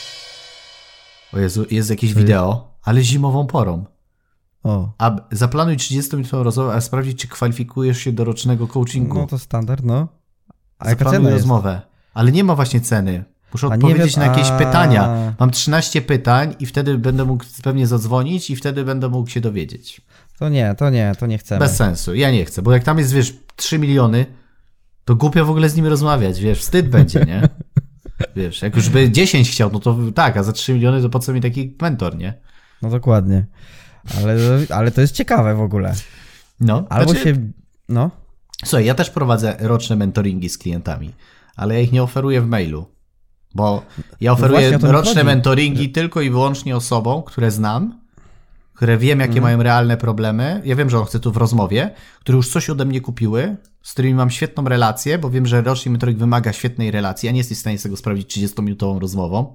O Jezu, jest jakieś wideo, ale zimową porą. O. A zaplanuj trzydziestominutową rozmowę, a sprawdzić, czy kwalifikujesz się do rocznego coachingu. No to standard, no. A jaka cena rozmowę. Jest? Ale nie ma właśnie ceny. Muszę a odpowiedzieć wiem, na jakieś a... pytania. Mam trzynaście pytań i wtedy będę mógł pewnie zadzwonić i wtedy będę mógł się dowiedzieć. To nie, to nie, to nie chcemy. Bez sensu. Ja nie chcę, bo jak tam jest, wiesz, trzy miliony, to głupio w ogóle z nim rozmawiać, wiesz, wstyd będzie, nie? Wiesz, jak już by dziesięć chciał, no to tak, a za trzy miliony to po co mi taki mentor, nie? No dokładnie. Ale, ale to jest ciekawe w ogóle. No. Albo znaczy, się, no. Słuchaj, ja też prowadzę roczne mentoringi z klientami, ale ja ich nie oferuję w mailu, bo ja oferuję no roczne mentoringi tylko i wyłącznie osobom, które znam, które wiem, jakie mm. mają realne problemy. Ja wiem, że on chce tu w rozmowie, które już coś ode mnie kupiły, z którymi mam świetną relację, bo wiem, że roczny mentoring wymaga świetnej relacji, a nie jesteś w stanie z tego sprawdzić trzydziestominutową rozmową.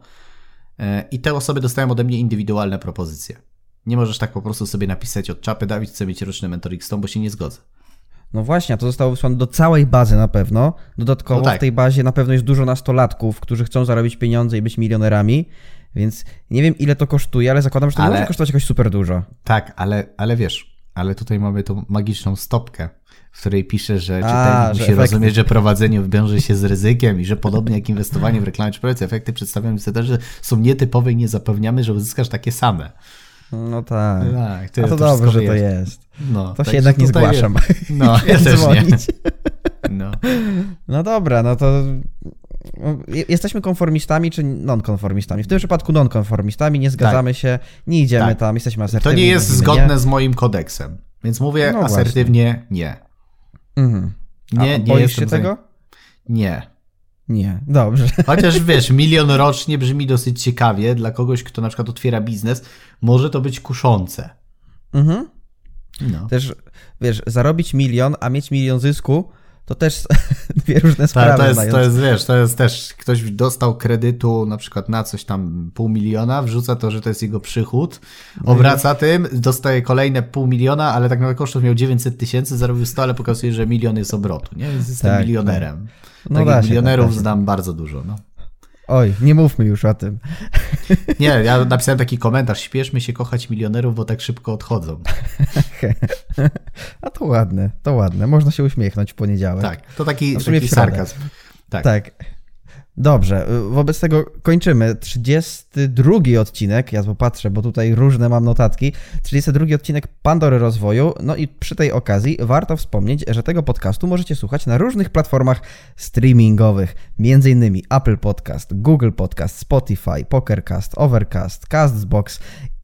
I te osoby dostają ode mnie indywidualne propozycje. Nie możesz tak po prostu sobie napisać od czapy, Dawid, chcę mieć roczny mentoring z tobą, bo się nie zgodzę. No właśnie, a to zostało wysłane do całej bazy na pewno. Dodatkowo no tak. W tej bazie na pewno jest dużo nastolatków, którzy chcą zarobić pieniądze i być milionerami, więc nie wiem, ile to kosztuje, ale zakładam, że to ale... nie może kosztować jakoś super dużo. Tak, ale, ale wiesz, ale tutaj mamy tą magiczną stopkę, w której pisze, że czytelnik musi rozumieć, że prowadzenie wiąże się z ryzykiem i że podobnie jak inwestowanie w reklamę czy promocję, efekty przedstawione w sprzedaży są nietypowe i nie zapewniamy, że uzyskasz takie same. No tak. tak to, A to, to dobrze, że to jest. No, to się jednak nie zgłaszam. Jest. No, ja też nie. No. no dobra, no to jesteśmy konformistami czy non-konformistami? W tym przypadku non-konformistami, nie zgadzamy tak. się, nie idziemy tak. tam, jesteśmy asertywni. To nie jest zgodne nie. z moim kodeksem, więc mówię no asertywnie właśnie. nie. Mhm. Nie, A nie boisz się tego? Nie. Nie, dobrze. Chociaż wiesz, milion rocznie brzmi dosyć ciekawie dla kogoś, kto na przykład otwiera biznes, może to być kuszące. Mhm. No. Też, wiesz, zarobić milion, a mieć milion zysku, to też dwie różne sprawy. Tak, to jest, to jest, wiesz, to jest też, ktoś dostał kredytu na przykład na coś tam pół miliona, wrzuca to, że to jest jego przychód, obraca tym, dostaje kolejne pół miliona, ale tak naprawdę kosztów miał dziewięćset tysięcy, zarobił sto, ale pokazuje, że milion jest obrotu, nie? Więc jestem tak, milionerem. Tak. No Takich milionerów tak, znam bardzo dużo, no. Oj, nie mówmy już o tym. Nie, ja napisałem taki komentarz, śpieszmy się kochać milionerów, bo tak szybko odchodzą. A to ładne, to ładne. Można się uśmiechnąć w poniedziałek. Tak, to taki, taki sarkazm. Tak. tak. Dobrze, wobec tego kończymy. trzydziesty drugi odcinek, ja popatrzę, bo tutaj różne mam notatki. trzydziesty drugi odcinek Pandory Rozwoju. No i przy tej okazji warto wspomnieć, że tego podcastu możecie słuchać na różnych platformach streamingowych, między innymi Apple Podcast, Google Podcast, Spotify, Pokercast, Overcast, Castbox i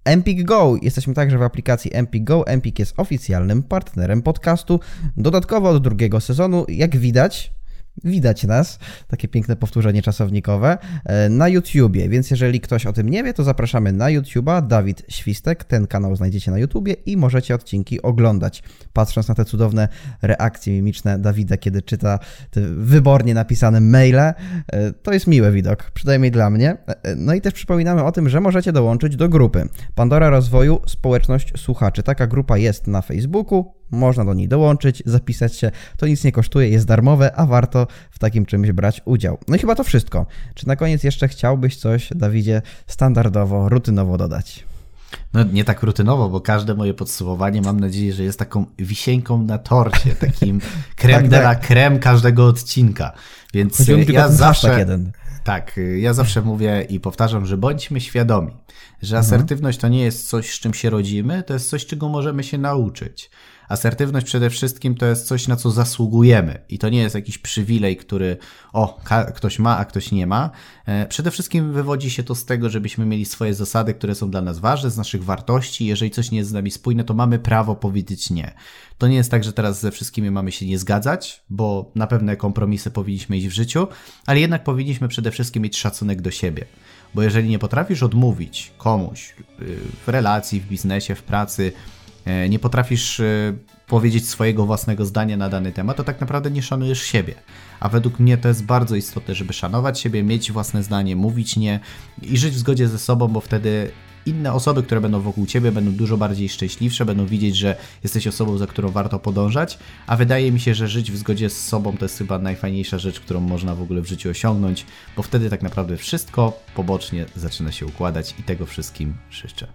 Empik Go. Jesteśmy także w aplikacji Empik Go. Empik jest oficjalnym partnerem podcastu. Dodatkowo od drugiego sezonu, jak widać, widać nas, takie piękne powtórzenie czasownikowe, na YouTubie, więc jeżeli ktoś o tym nie wie, to zapraszamy na YouTuba, Dawid Świstek, ten kanał znajdziecie na YouTubie i możecie odcinki oglądać, patrząc na te cudowne reakcje mimiczne Dawida, kiedy czyta te wybornie napisane maile, to jest miły widok, przynajmniej dla mnie. No i też przypominamy o tym, że możecie dołączyć do grupy Pandora Rozwoju Społeczność Słuchaczy. Taka grupa jest na Facebooku, można do niej dołączyć, zapisać się, to nic nie kosztuje, jest darmowe, a warto w takim czymś brać udział. No i chyba to wszystko. Czy na koniec jeszcze chciałbyś coś, Dawidzie, standardowo, rutynowo dodać? No nie tak rutynowo, bo każde moje podsumowanie mam nadzieję, że jest taką wisienką na torcie, takim creme tak, de la tak. creme każdego odcinka. Więc Chodziło mi tylko ja ten zawsze jeden. Tak, ja zawsze mówię i powtarzam, że bądźmy świadomi, że asertywność to nie jest coś, z czym się rodzimy, to jest coś, czego możemy się nauczyć. Asertywność przede wszystkim to jest coś, na co zasługujemy i to nie jest jakiś przywilej, który o, ka- ktoś ma, a ktoś nie ma. E, przede wszystkim wywodzi się to z tego, żebyśmy mieli swoje zasady, które są dla nas ważne, z naszych wartości. Jeżeli coś nie jest z nami spójne, to mamy prawo powiedzieć nie. To nie jest tak, że teraz ze wszystkimi mamy się nie zgadzać, bo na pewne kompromisy powinniśmy iść w życiu, ale jednak powinniśmy przede wszystkim mieć szacunek do siebie. Bo jeżeli nie potrafisz odmówić komuś w relacji, w biznesie, w pracy, nie potrafisz powiedzieć swojego własnego zdania na dany temat, to tak naprawdę nie szanujesz siebie. A według mnie to jest bardzo istotne, żeby szanować siebie, mieć własne zdanie, mówić nie i żyć w zgodzie ze sobą, bo wtedy inne osoby, które będą wokół ciebie, będą dużo bardziej szczęśliwsze, będą widzieć, że jesteś osobą, za którą warto podążać, a wydaje mi się, że żyć w zgodzie z sobą to jest chyba najfajniejsza rzecz, którą można w ogóle w życiu osiągnąć, bo wtedy tak naprawdę wszystko pobocznie zaczyna się układać i tego wszystkim życzę.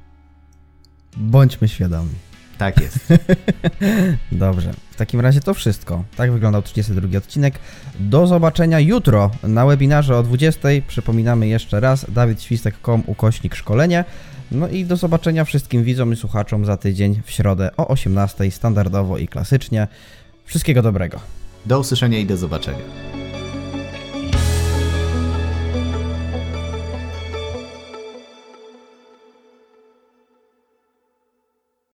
Bądźmy świadomi. Tak jest. Dobrze, w takim razie to wszystko. Tak wyglądał trzydziesty drugi odcinek. Do zobaczenia jutro na webinarze o dwudziestej. Przypominamy jeszcze raz, dawid świstek kropka com ukośnik szkolenie. No i do zobaczenia wszystkim widzom i słuchaczom za tydzień w środę o osiemnastej standardowo i klasycznie. Wszystkiego dobrego. Do usłyszenia i do zobaczenia.